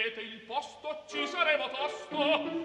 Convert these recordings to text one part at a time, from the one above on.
cedete il posto, ci saremo tosto.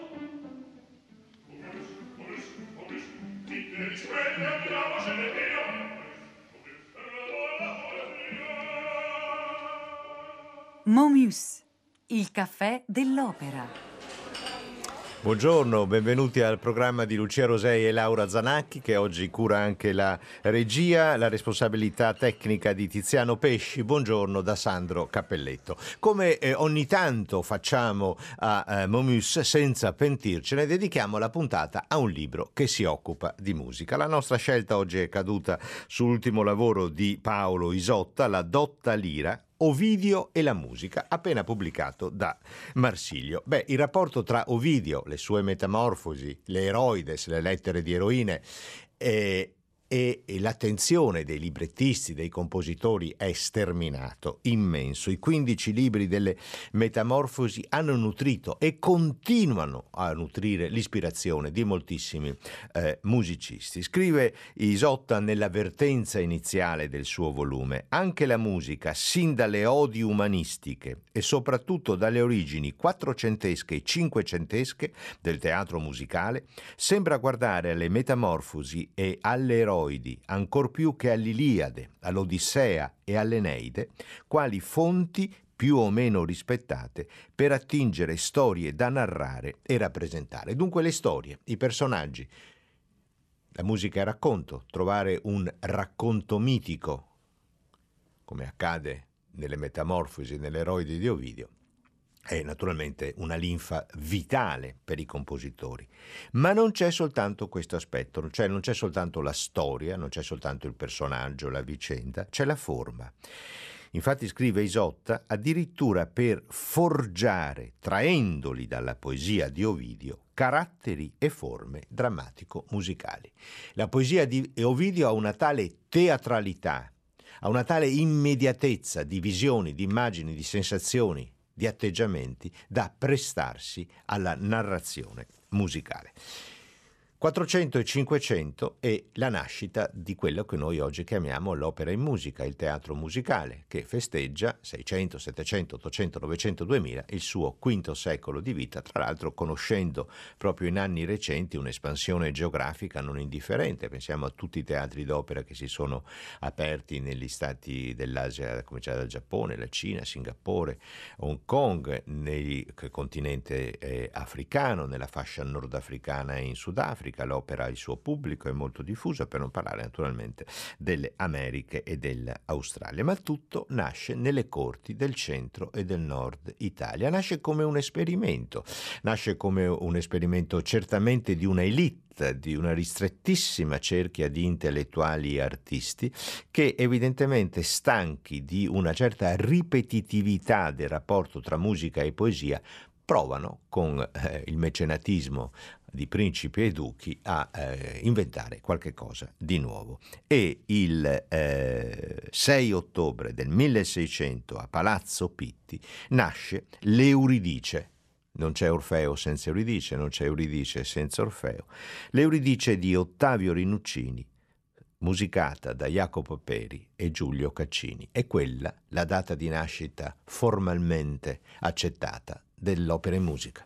Momus, il caffè dell'opera. Buongiorno, benvenuti al programma di Lucia Rosei e Laura Zanacchi, che oggi cura anche la regia, la responsabilità tecnica di Tiziano Pesci. Buongiorno da Sandro Cappelletto. Come ogni tanto facciamo a Momus, senza pentircene, dedichiamo la puntata a un libro che si occupa di musica. La nostra scelta oggi è caduta sull'ultimo lavoro di Paolo Isotta, La dotta lira, Ovidio e la musica, appena pubblicato da Marsilio. Il rapporto tra Ovidio, le sue metamorfosi, le Eroides, le lettere di eroine e l'attenzione dei librettisti, dei compositori è sterminato, immenso. I 15 libri delle metamorfosi hanno nutrito e continuano a nutrire l'ispirazione di moltissimi musicisti. Scrive Isotta nell'avvertenza iniziale del suo volume: anche la musica, sin dalle odi umanistiche e soprattutto dalle origini quattrocentesche e cinquecentesche del teatro musicale, sembra guardare alle metamorfosi e alle eroidi, ancor più che all'Iliade, all'Odissea e all'Eneide, quali fonti più o meno rispettate per attingere storie da narrare e rappresentare. Dunque le storie, i personaggi, la musica è racconto, trovare un racconto mitico, come accade nelle metamorfosi e nelle Eroidi di Ovidio, è naturalmente una linfa vitale per i compositori. Ma non c'è soltanto questo aspetto, cioè non c'è soltanto la storia, non c'è soltanto il personaggio, la vicenda, c'è la forma. Infatti, scrive Isotta, addirittura per forgiare, traendoli dalla poesia di Ovidio, caratteri e forme drammatico-musicali. La poesia di Ovidio ha una tale teatralità, ha una tale immediatezza di visioni, di immagini, di sensazioni, di atteggiamenti da prestarsi alla narrazione musicale. 400 e 500 è la nascita di quello che noi oggi chiamiamo l'opera in musica, il teatro musicale, che festeggia 600, 700, 800, 900, 2000, il suo quinto secolo di vita, tra l'altro conoscendo proprio in anni recenti un'espansione geografica non indifferente. Pensiamo a tutti i teatri d'opera che si sono aperti negli stati dell'Asia, a cominciare dal Giappone, la Cina, Singapore, Hong Kong, nel continente africano, nella fascia nordafricana e in Sudafrica. L'opera ha il suo pubblico, è molto diffusa, per non parlare naturalmente delle Americhe e dell'Australia, ma tutto nasce nelle corti del centro e del nord Italia. Nasce come un esperimento certamente di una elite, di una ristrettissima cerchia di intellettuali e artisti che, evidentemente stanchi di una certa ripetitività del rapporto tra musica e poesia, provano con il mecenatismo di principi e duchi a inventare qualche cosa di nuovo. E il 6 ottobre del 1600 a Palazzo Pitti nasce l'Euridice. Non c'è Orfeo senza Euridice, non c'è Euridice senza Orfeo. L'Euridice di Ottavio Rinuccini, musicata da Jacopo Peri e Giulio Caccini. È quella la data di nascita formalmente accettata dell'opera in musica.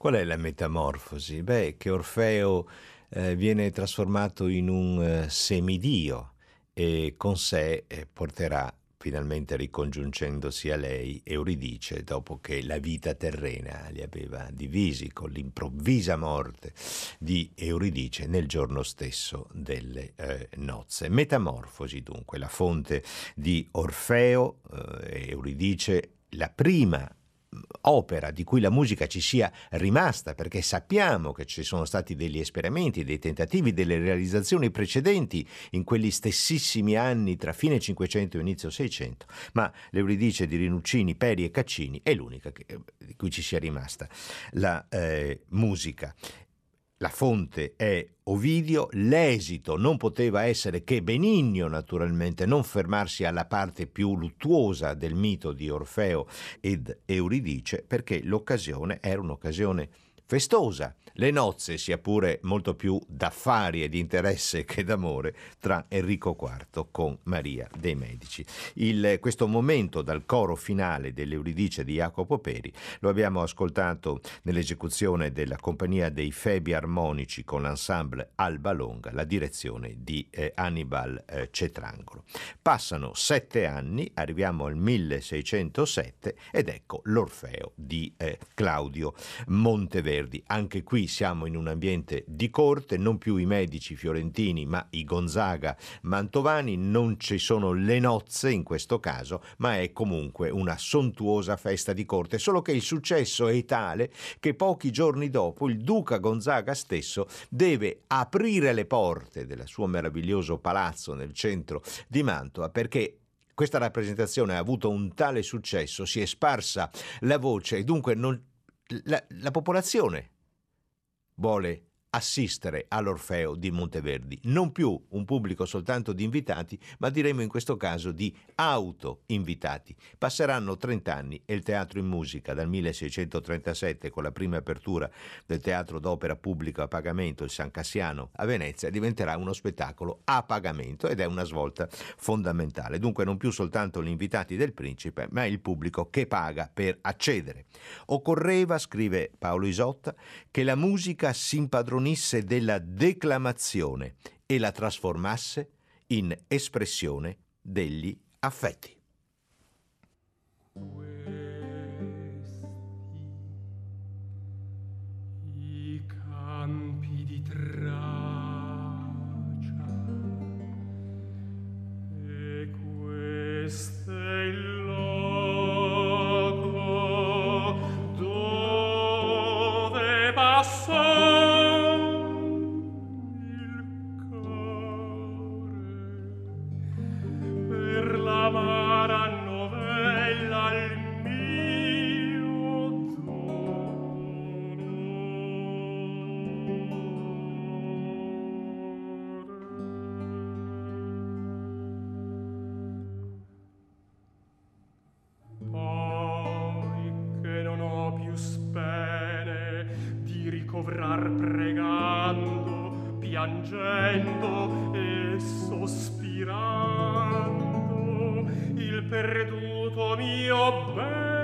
Qual è la metamorfosi? Beh, che Orfeo viene trasformato in un semidio e con sé porterà, finalmente ricongiungendosi a lei, Euridice, dopo che la vita terrena li aveva divisi con l'improvvisa morte di Euridice nel giorno stesso delle nozze. Metamorfosi dunque, la fonte di Orfeo, Euridice, la prima opera di cui la musica ci sia rimasta, perché sappiamo che ci sono stati degli esperimenti, dei tentativi, delle realizzazioni precedenti in quegli stessissimi anni tra fine 500 e inizio 600, ma l'Euridice di Rinuccini, Peri e Caccini è l'unica di cui ci sia rimasta la musica. La fonte è Ovidio, l'esito non poteva essere che benigno, naturalmente, non fermarsi alla parte più luttuosa del mito di Orfeo ed Euridice, perché l'occasione era un'occasione festosa. Le nozze, sia pure molto più d'affari e di interesse che d'amore, tra Enrico IV con Maria dei Medici. Questo momento dal coro finale dell'Euridice di Jacopo Peri lo abbiamo ascoltato nell'esecuzione della Compagnia dei Febi Armonici con l'ensemble Alba Longa, la direzione di Annibal Cetrangolo. Passano 7 anni, arriviamo al 1607 ed ecco l'Orfeo di Claudio Monteverdi. Anche qui siamo in un ambiente di corte, non più i Medici fiorentini ma i Gonzaga mantovani, non ci sono le nozze in questo caso, ma è comunque una sontuosa festa di corte, solo che il successo è tale che pochi giorni dopo il duca Gonzaga stesso deve aprire le porte del suo meraviglioso palazzo nel centro di Mantova, perché questa rappresentazione ha avuto un tale successo, si è sparsa la voce e dunque la popolazione vuole assistere all'Orfeo di Monteverdi, non più un pubblico soltanto di invitati, ma diremo in questo caso di auto-invitati. Passeranno 30 anni e il teatro in musica, dal 1637 con la prima apertura del teatro d'opera pubblico a pagamento, il San Cassiano a Venezia, diventerà uno spettacolo a pagamento ed è una svolta fondamentale. Dunque non più soltanto gli invitati del principe, ma il pubblico che paga per accedere. Occorreva, scrive Paolo Isotta, che la musica si impadronisse della declamazione e la trasformasse in espressione degli affetti. I campi di Tracia e questo è il luogo dove passò pregando, piangendo e sospirando il perduto mio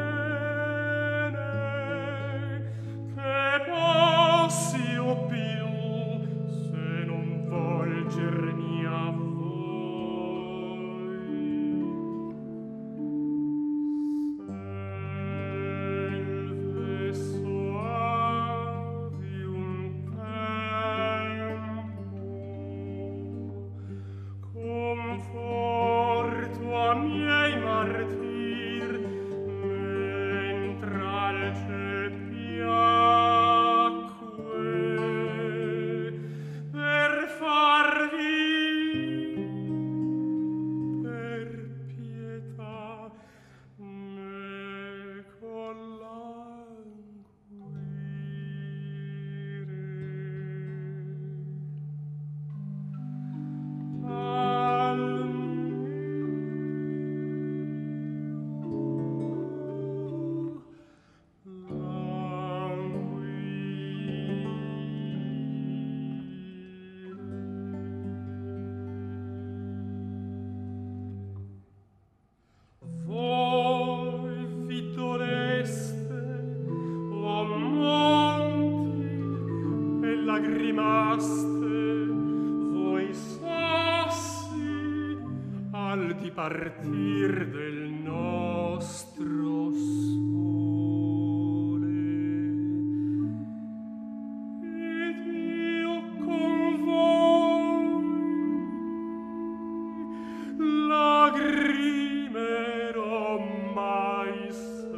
bene, che possi io più se non volgermi a voi. Conforto a miei martir, cantaste voi sassi al dipartir del nostro sole, ed io con voi lagrimerò mai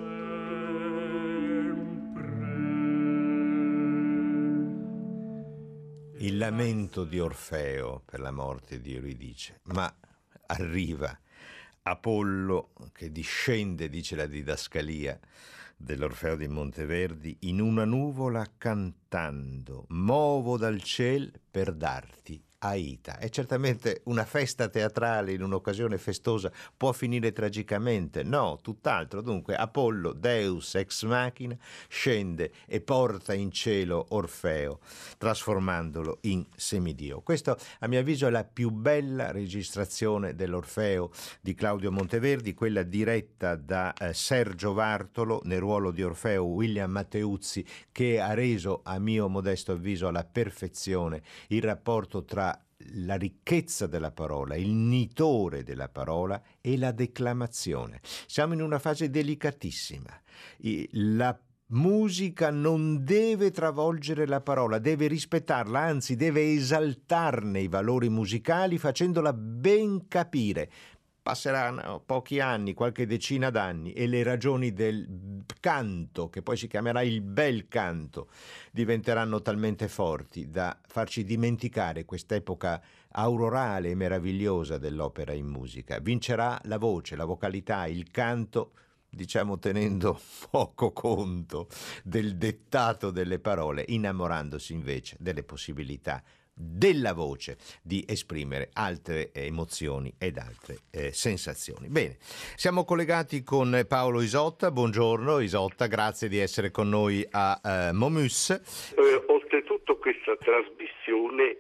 sempre. Il lamento di Orfeo per la morte di Euridice, ma arriva Apollo che discende, dice la didascalia dell'Orfeo di Monteverdi, in una nuvola cantando, movo dal ciel per darti Aita. È certamente una festa teatrale in un'occasione festosa, può finire tragicamente? No, tutt'altro. Dunque Apollo, Deus ex machina, scende e porta in cielo Orfeo, trasformandolo in semidio. Questo, a mio avviso, è la più bella registrazione dell'Orfeo di Claudio Monteverdi, quella diretta da Sergio Vartolo nel ruolo di Orfeo, William Matteuzzi, che ha reso, a mio modesto avviso, alla perfezione il rapporto tra la ricchezza della parola, il nitore della parola e la declamazione. Siamo in una fase delicatissima. La musica non deve travolgere la parola, deve rispettarla, anzi deve esaltarne i valori musicali facendola ben capire. Passeranno pochi anni, qualche decina d'anni, e le ragioni del canto, che poi si chiamerà il bel canto, diventeranno talmente forti da farci dimenticare quest'epoca aurorale e meravigliosa dell'opera in musica. Vincerà la voce, la vocalità, il canto, diciamo tenendo poco conto del dettato delle parole, innamorandosi invece delle possibilità della voce di esprimere altre emozioni ed altre sensazioni. Bene, siamo collegati con Paolo Isotta. Buongiorno Isotta, grazie di essere con noi a Momus. Oltretutto questa trasmissione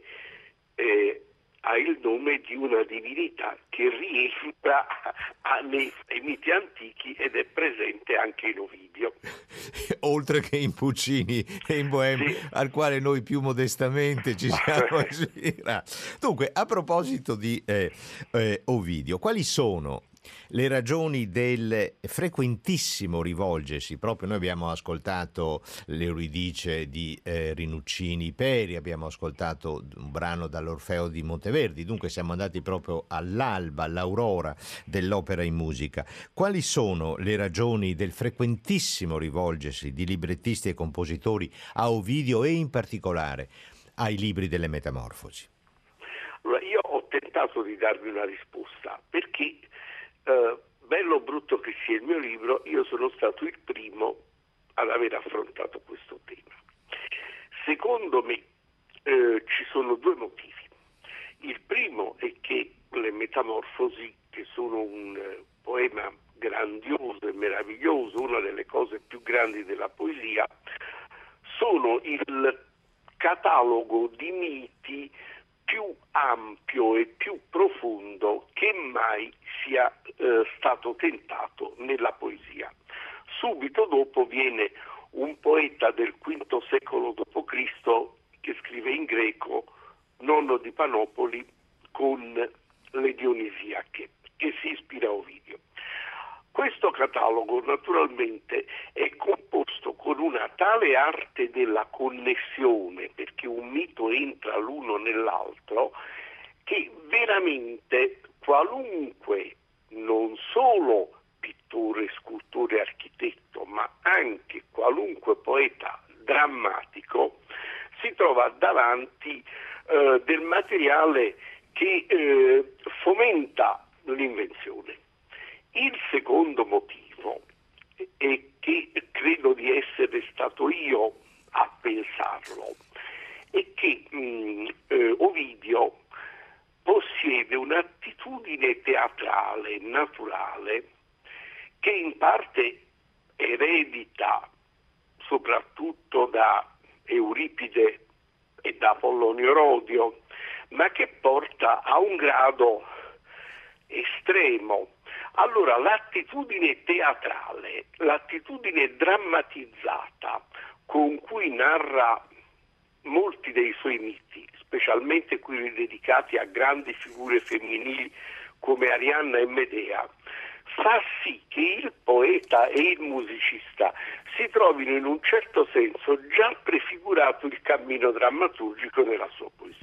ha il nome di una divinità che rientra nei miti antichi ed è presente anche in Ovidio. Oltre che in Puccini e in Bohème, sì, al quale noi più modestamente ci siamo ispirati. Dunque, a proposito di Ovidio, quali sono le ragioni del frequentissimo rivolgersi? Proprio noi abbiamo ascoltato l'Euridice di Rinuccini Peri, abbiamo ascoltato un brano dall'Orfeo di Monteverdi, dunque siamo andati proprio all'alba, all'aurora dell'opera in musica. Quali sono le ragioni del frequentissimo rivolgersi di librettisti e compositori a Ovidio e in particolare ai libri delle Metamorfosi? Allora, io ho tentato di darvi una risposta, perché bello o brutto che sia il mio libro, io sono stato il primo ad aver affrontato questo tema. Secondo me ci sono due motivi. Il primo è che le Metamorfosi, che sono un poema grandioso e meraviglioso, una delle cose più grandi della poesia, sono il catalogo di miti più ampio e più profondo che mai sia stato tentato nella poesia. Subito dopo viene un poeta del V secolo d.C. che scrive in greco, nonno di Panopoli, con le Dionisiache, che si ispira a Ovidio. Questo catalogo naturalmente è composto con una tale arte della connessione, perché un mito entra l'uno nell'altro, che veramente qualunque, non solo pittore, scultore, architetto, ma anche qualunque poeta drammatico, si trova davanti del materiale che fomenta l'invenzione. Il secondo motivo è che credo di essere stato io a pensarlo, è che Ovidio possiede un'attitudine teatrale naturale che in parte eredita soprattutto da Euripide e da Apollonio Rodio, ma che porta a un grado estremo. Allora, l'attitudine teatrale, l'attitudine drammatizzata con cui narra molti dei suoi miti, specialmente quelli dedicati a grandi figure femminili come Arianna e Medea, fa sì che il poeta e il musicista si trovino in un certo senso già prefigurato il cammino drammaturgico nella sua poesia.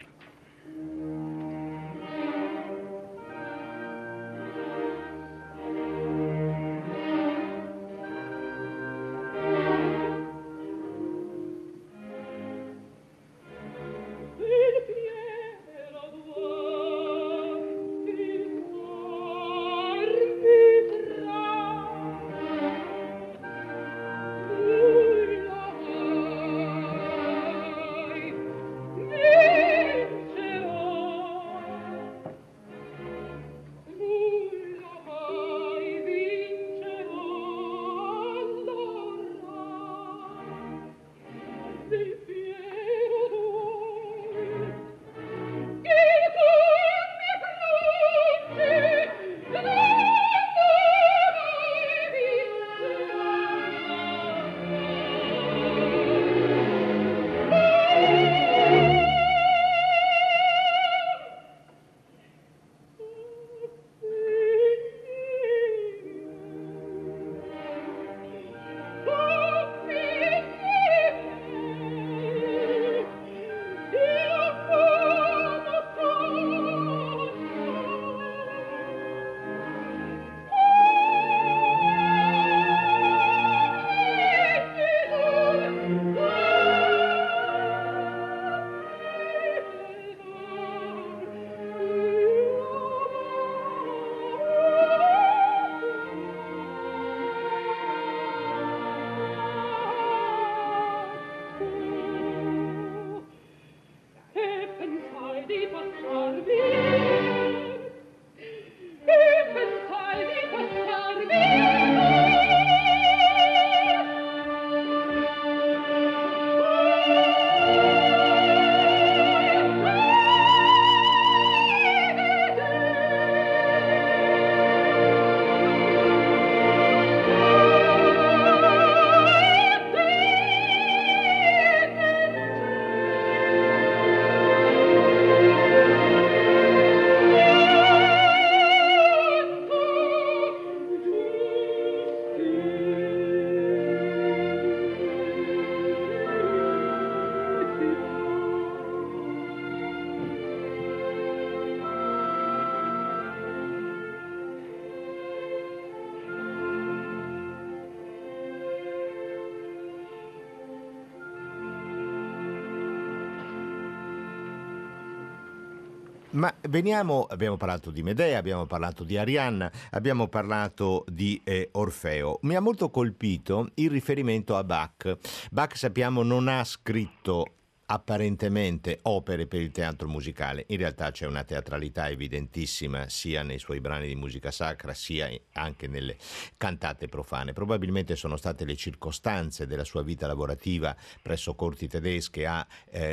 Ma veniamo, abbiamo parlato di Medea, abbiamo parlato di Arianna, abbiamo parlato di Orfeo. Mi ha molto colpito il riferimento a Bach. Bach, sappiamo, non ha scritto apparentemente opere per il teatro musicale. In realtà c'è una teatralità evidentissima sia nei suoi brani di musica sacra sia anche nelle cantate profane. Probabilmente sono state le circostanze della sua vita lavorativa presso corti tedesche a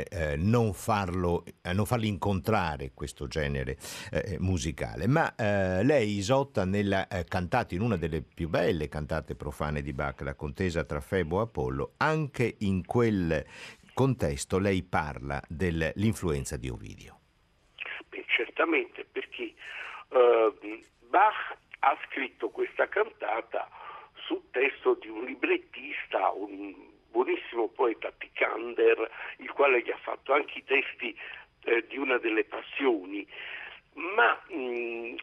non fargli incontrare questo genere musicale. Ma lei, Isotta, nella cantata, in una delle più belle cantate profane di Bach, la contesa tra Febo e Apollo, anche in quel contesto lei parla dell'influenza di Ovidio. Beh, certamente, perché Bach ha scritto questa cantata sul testo di un librettista, un buonissimo poeta, Picander, il quale gli ha fatto anche i testi di una delle passioni, ma in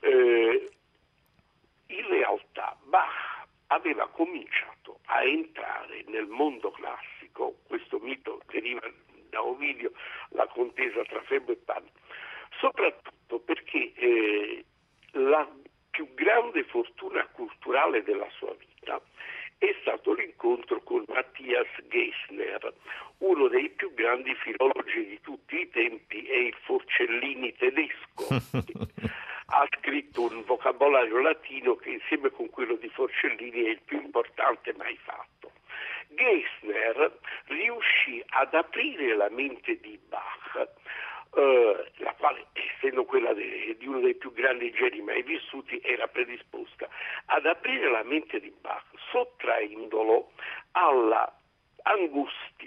realtà Bach aveva cominciato a entrare nel mondo classico. Questo mito deriva da Ovidio, la contesa tra Febo e Pan, soprattutto perché la più grande fortuna culturale della sua vita è stato l'incontro con Matthias Gessner, uno dei più grandi filologi di tutti i tempi e il Forcellini tedesco. Ha scritto un vocabolario latino che insieme con quello di Forcellini è il più importante mai fatto. Gessner riuscì ad aprire la mente di Bach, la quale, essendo quella di uno dei più grandi geni mai vissuti, era predisposta ad aprire la mente di Bach, sottraendolo alla angustia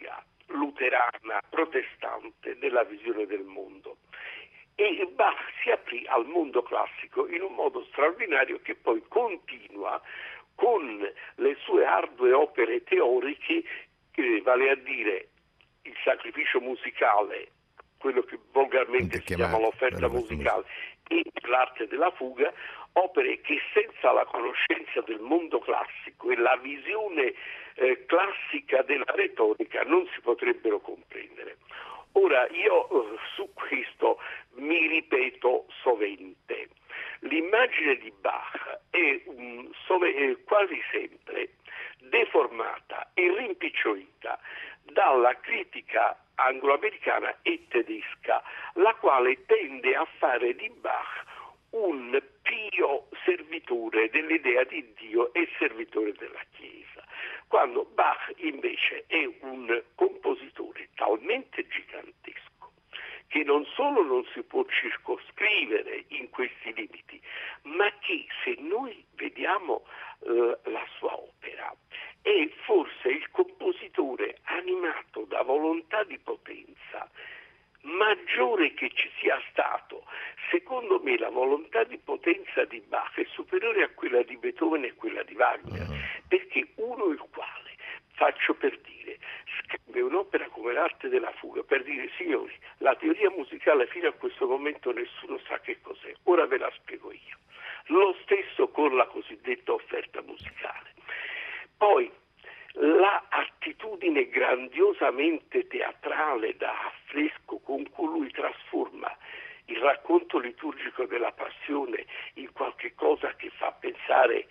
luterana, protestante della visione del mondo. E Bach si aprì al mondo classico in un modo straordinario che poi continua con le sue ardue opere teoriche, vale a dire il sacrificio musicale, quello che volgarmente si chiama l'offerta musicale, e l'arte della fuga, opere che senza la conoscenza del mondo classico e la visione classica della retorica non si potrebbero comprendere. Ora, io su questo mi ripeto sovente. L'immagine di Bach è quasi sempre deformata e rimpicciolita dalla critica anglo-americana e tedesca, la quale tende a fare di Bach un pio servitore dell'idea di Dio e servitore della Chiesa, quando Bach invece è un compositore talmente gigantesco che non solo non si può circoscrivere in questi limiti, ma che se noi vediamo la sua opera è forse il compositore animato da volontà di potenza maggiore che ci sia stato. Secondo me la volontà di potenza di Bach è superiore a quella di Beethoven e quella di Wagner, perché uno il quale, faccio per dire, scrive un'opera come l'arte della fuga per dire: signori, la teoria musicale fino a questo momento nessuno sa che cos'è, ora ve la spiego io. Lo stesso con la cosiddetta offerta musicale. Poi la attitudine grandiosamente teatrale da affresco con cui lui trasforma il racconto liturgico della Passione in qualche cosa che fa pensare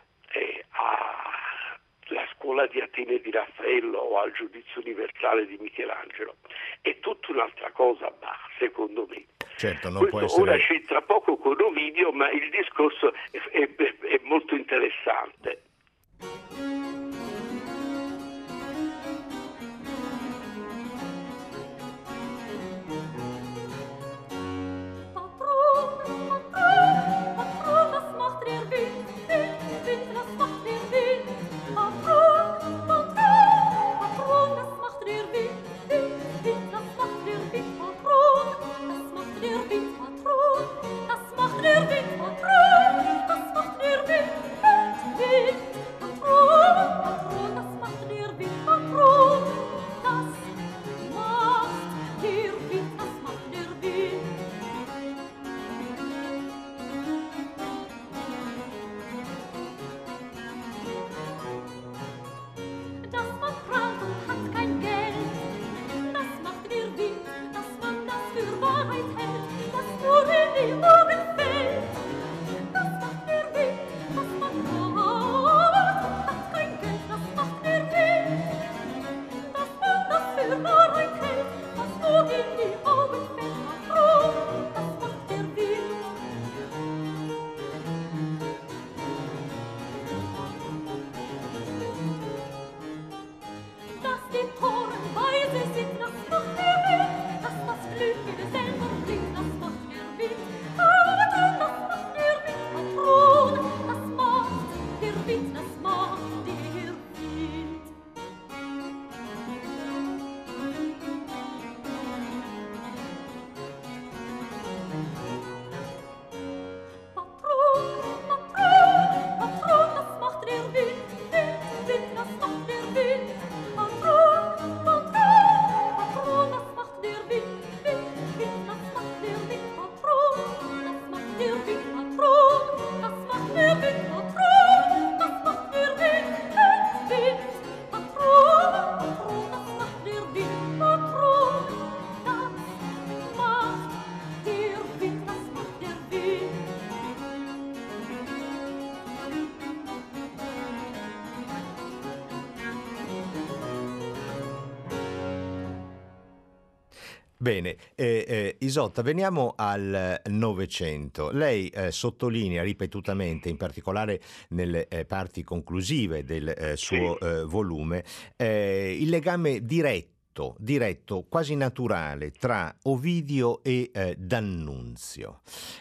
alla scuola di Atene di Raffaello o al Giudizio universale di Michelangelo è tutta un'altra cosa, Bach, secondo me. Certo, non questo può essere... ora c'entra poco con Ovidio, ma il discorso è molto interessante. Bene, Isotta, veniamo al Novecento. Lei sottolinea ripetutamente, in particolare nelle parti conclusive del suo volume, il legame diretto diretto, quasi naturale tra Ovidio e D'Annunzio.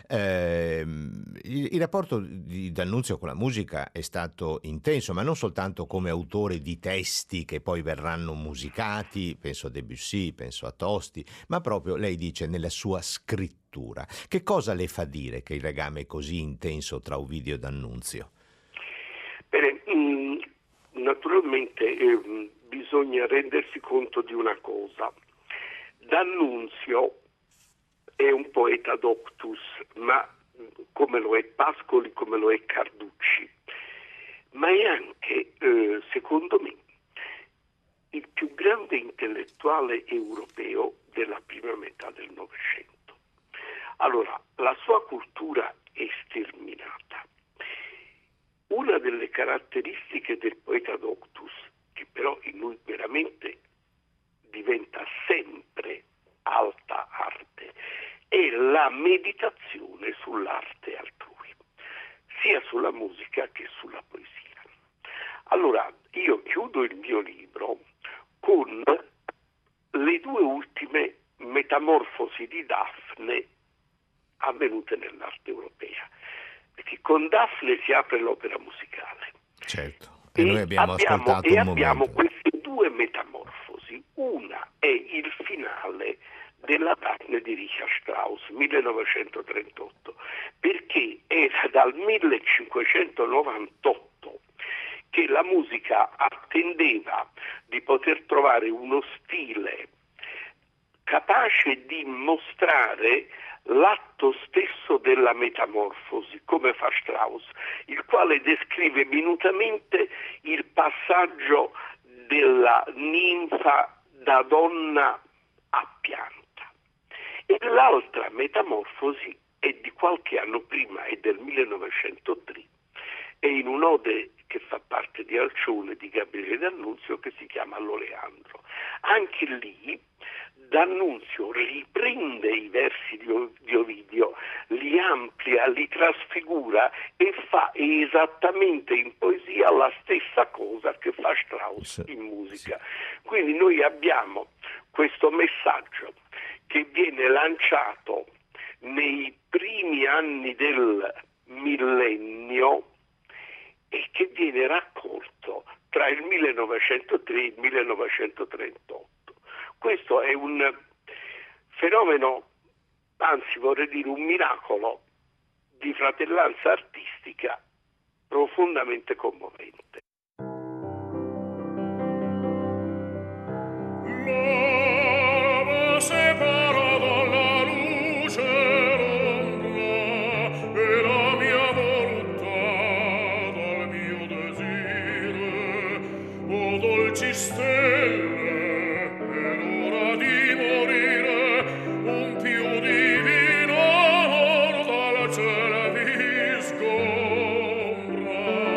Il rapporto di D'Annunzio con la musica è stato intenso, ma non soltanto come autore di testi che poi verranno musicati, penso a Debussy, penso a Tosti, ma proprio, lei dice, nella sua scrittura. Che cosa le fa dire che il legame è così intenso tra Ovidio e D'Annunzio? Bene, naturalmente bisogna rendersi conto di una cosa. D'Annunzio è un poeta doctus, ma come lo è Pascoli, come lo è Carducci, ma è anche, secondo me, il più grande intellettuale europeo della prima metà del Novecento. Allora, la sua cultura è sterminata. Una delle caratteristiche del poeta doctus, che però in lui veramente diventa sempre alta arte, è la meditazione sull'arte altrui, sia sulla musica che sulla poesia. Allora, io chiudo il mio libro con le due ultime metamorfosi di Dafne avvenute nell'arte europea, perché con Dafne si apre l'opera musicale. Certo, e noi abbiamo ascoltato un abbiamo momento. queste due metamorfosi. Una è il finale della Dafne di Richard Strauss, 1938, perché era dal 1598 che la musica attendeva di poter trovare uno stile capace di mostrare l'atto stesso della metamorfosi, come fa Strauss, il quale descrive minutamente il passaggio della ninfa da donna a pianta. E l'altra metamorfosi è di qualche anno prima, è del 1903, è in un'ode che fa parte di Alcione di Gabriele D'Annunzio che si chiama L'Oleandro. Anche lì D'Annunzio riprende i versi di Ovidio, li amplia, li trasfigura e fa esattamente in poesia la stessa cosa che fa Strauss in musica. Quindi noi abbiamo questo messaggio che viene lanciato nei primi anni del millennio e che viene raccolto tra il 1903 e il 1938. Questo è un fenomeno, anzi vorrei dire un miracolo di fratellanza artistica profondamente commovente. L'alba separa dalla luce l'ombra e la mia volontà dal mio desire. O dolci stelle, è l'ora di morire, un più divino amor dal cielo vi sgombra.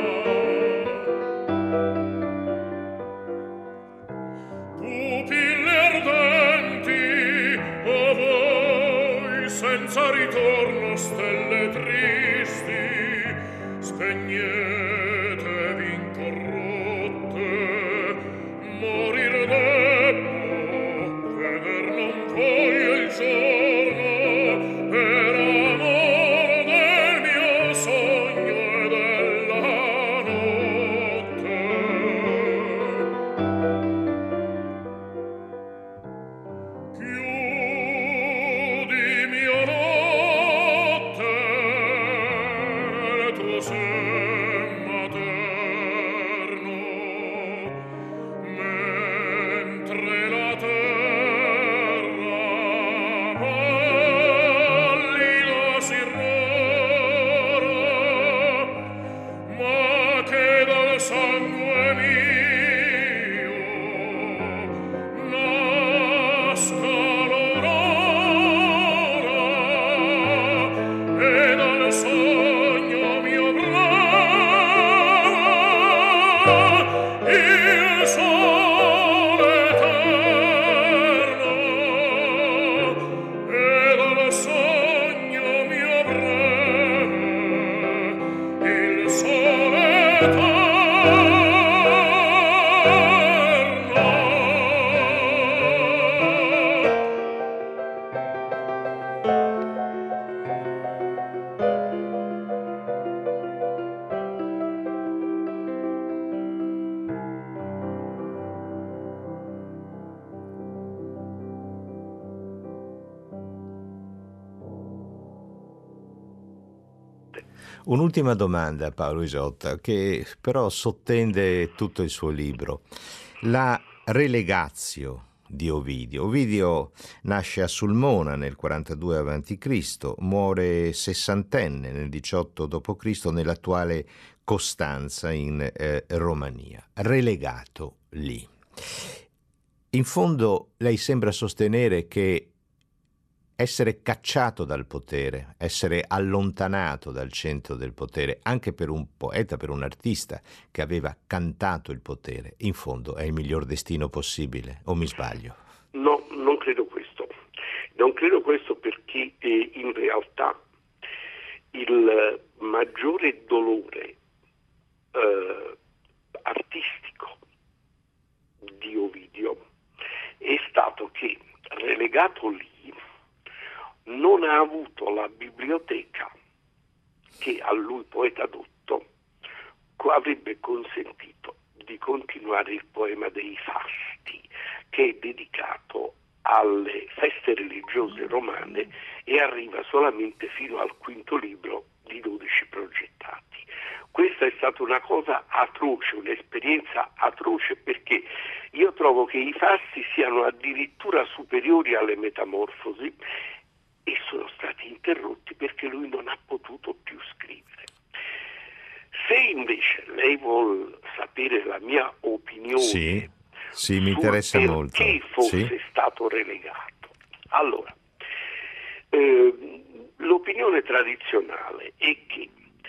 Pupille ardenti, o voi senza ritorno, stelle tristi, spegnetevi incorrotte, morir debbo, veder non voglio il giorno, per amor del mio sogno e della notte. Chiudi mio notte nel tuo sen materno, mentre la terra pallida si irrora, ma che dal sangue mio nasca l'aurora e dal sogno mio breve il sole eterno e dal sogno mio breve il sole eterno. Un'ultima domanda, Paolo Isotta, che però sottende tutto il suo libro. La relegatio di Ovidio. Ovidio nasce a Sulmona nel 42 a.C., muore sessantenne nel 18 d.C. nell'attuale Costanza in Romania, relegato lì. In fondo lei sembra sostenere che essere cacciato dal potere, essere allontanato dal centro del potere, anche per un poeta, per un artista che aveva cantato il potere, in fondo è il miglior destino possibile, o mi sbaglio? No, non credo questo. Non credo questo perché in realtà il maggiore dolore artistico di Ovidio è stato che, relegato lì, non ha avuto la biblioteca che a lui, poeta adotto, avrebbe consentito di continuare il poema dei Fasti, che è dedicato alle feste religiose romane e arriva solamente fino al quinto libro di 12 progettati. Questa è stata una cosa atroce, un'esperienza atroce, perché io trovo che i Fasti siano addirittura superiori alle Metamorfosi e sono stati interrotti perché lui non ha potuto più scrivere. Se invece lei vuol sapere la mia opinione sì, mi interessa molto. Perché fosse stato relegato, allora l'opinione tradizionale è che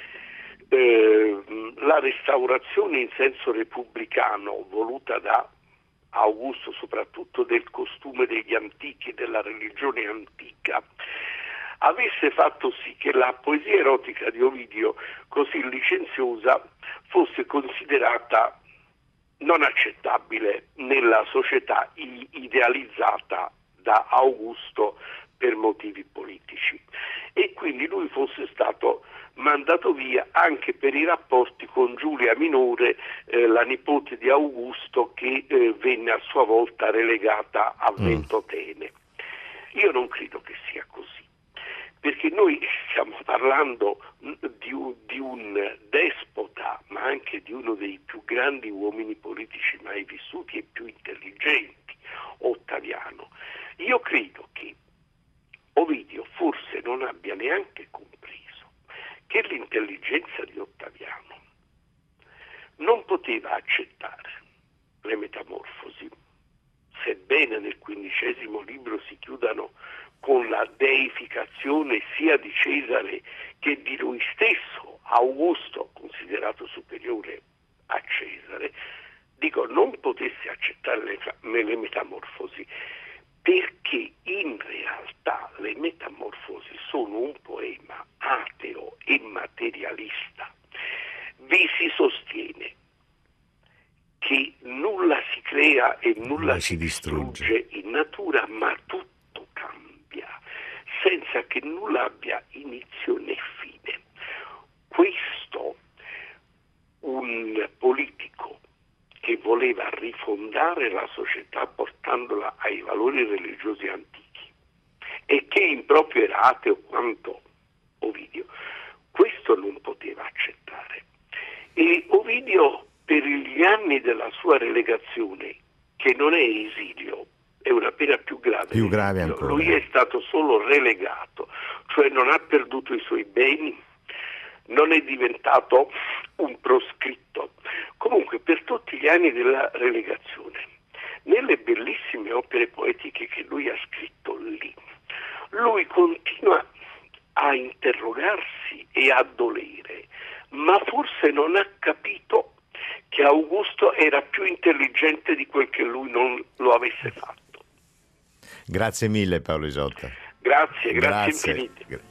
la restaurazione in senso repubblicano voluta da Augusto, soprattutto del costume degli antichi, della religione antica, avesse fatto sì che la poesia erotica di Ovidio, così licenziosa, fosse considerata non accettabile nella società idealizzata da Augusto per motivi politici, e quindi lui fosse stato mandato via anche per i rapporti con Giulia Minore, la nipote di Augusto, che venne a sua volta relegata a Ventotene. Io non credo che sia così, perché noi stiamo parlando di un despota, ma anche di uno dei più grandi uomini politici mai vissuti e più intelligenti, Ottaviano. Io credo che Ovidio forse non abbia neanche compreso che l'intelligenza di Ottaviano non poteva accettare le Metamorfosi, sebbene nel XV libro si chiudano con la deificazione sia di Cesare che di lui stesso, Augusto considerato superiore a Cesare, non potesse accettare le Metamorfosi, perché in realtà le Metamorfosi sono un poema ateo e materialista. Vi si sostiene che nulla si crea e nulla si distrugge in natura, ma tutto cambia, senza che nulla abbia inizio né fine. Questo un politico che voleva rifondare la società portandola ai valori religiosi antichi e che in proprio era ateo quanto Ovidio, questo non poteva accettare. E Ovidio, per gli anni della sua relegazione, che non è esilio, è una pena più grave. Più grave ancora. Lui è stato solo relegato, cioè non ha perduto i suoi beni, non è diventato un proscritto. Comunque, per tutti gli anni della relegazione, nelle bellissime opere poetiche che lui ha scritto lì, lui continua a interrogarsi e a dolere, ma forse non ha capito che Augusto era più intelligente di quel che lui non lo avesse fatto. Grazie mille, Paolo Isotta. Grazie infinite.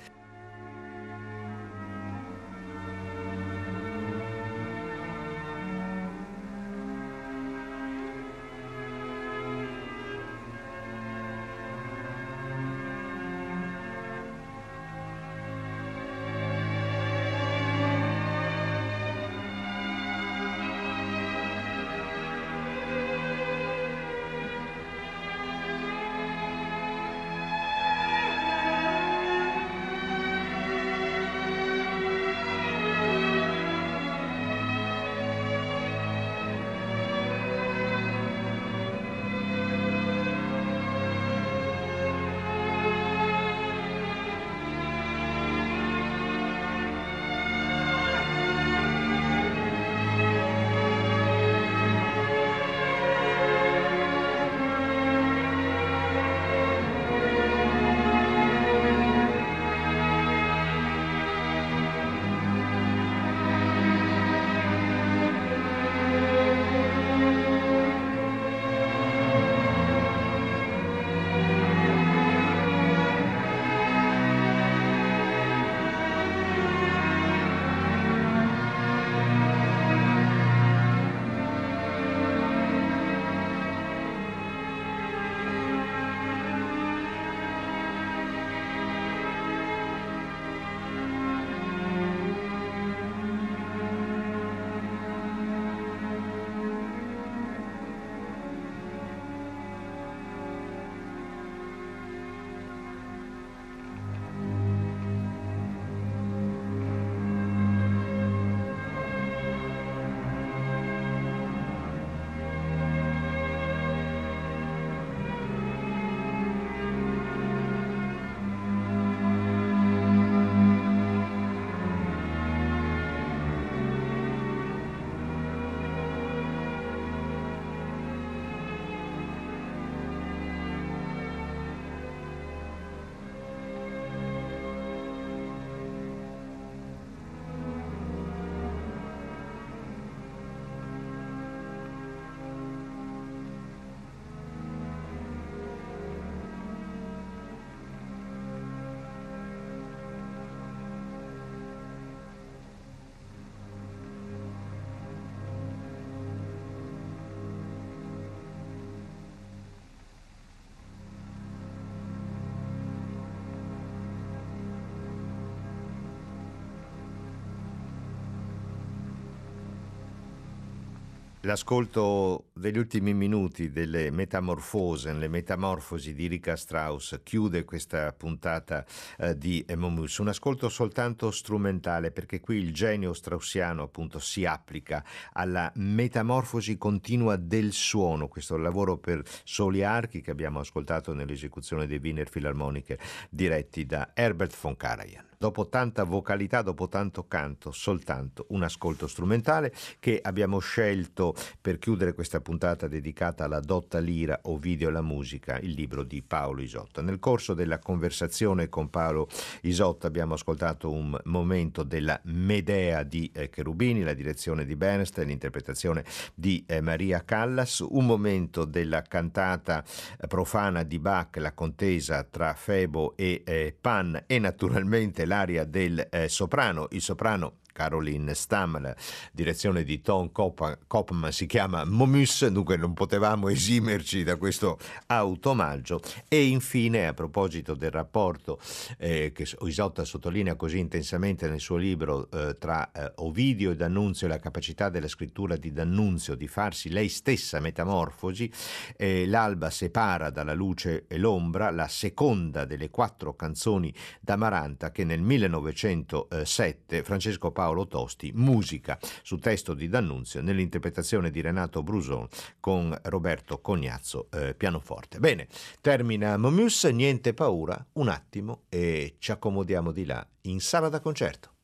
L'ascolto degli ultimi minuti delle Metamorphosen, le metamorfosi di Richard Strauss, chiude questa puntata di Momus. Un ascolto soltanto strumentale, perché qui il genio straussiano appunto si applica alla metamorfosi continua del suono. Questo lavoro per soli archi che abbiamo ascoltato nell'esecuzione dei Wiener Philharmoniker diretti da Herbert von Karajan. Dopo tanta vocalità, dopo tanto canto, soltanto un ascolto strumentale che abbiamo scelto per chiudere questa puntata dedicata alla dotta lira, Ovidio e la musica, il libro di Paolo Isotta. Nel corso della conversazione con Paolo Isotta abbiamo ascoltato un momento della Medea di Cherubini, la direzione di Bernstein, l'interpretazione di Maria Callas, un momento della cantata profana di Bach, la contesa tra Febo e Pan, e naturalmente l'aria del soprano, il soprano Caroline Stamm, la direzione di Tom Koopman si chiama Momus, dunque non potevamo esimerci da questo autoomaggio. E infine, a proposito del rapporto che Isotta sottolinea così intensamente nel suo libro tra Ovidio e D'Annunzio, e la capacità della scrittura di D'Annunzio di farsi lei stessa metamorfosi, l'alba separa dalla luce e l'ombra, la seconda delle 4 canzoni d'Amaranta che nel 1907 Francesco Paolo Tosti musica su testo di D'Annunzio nell'interpretazione di Renato Bruson con Roberto Cognazzo pianoforte. Bene, termina Momus, niente paura, un attimo e ci accomodiamo di là in sala da concerto.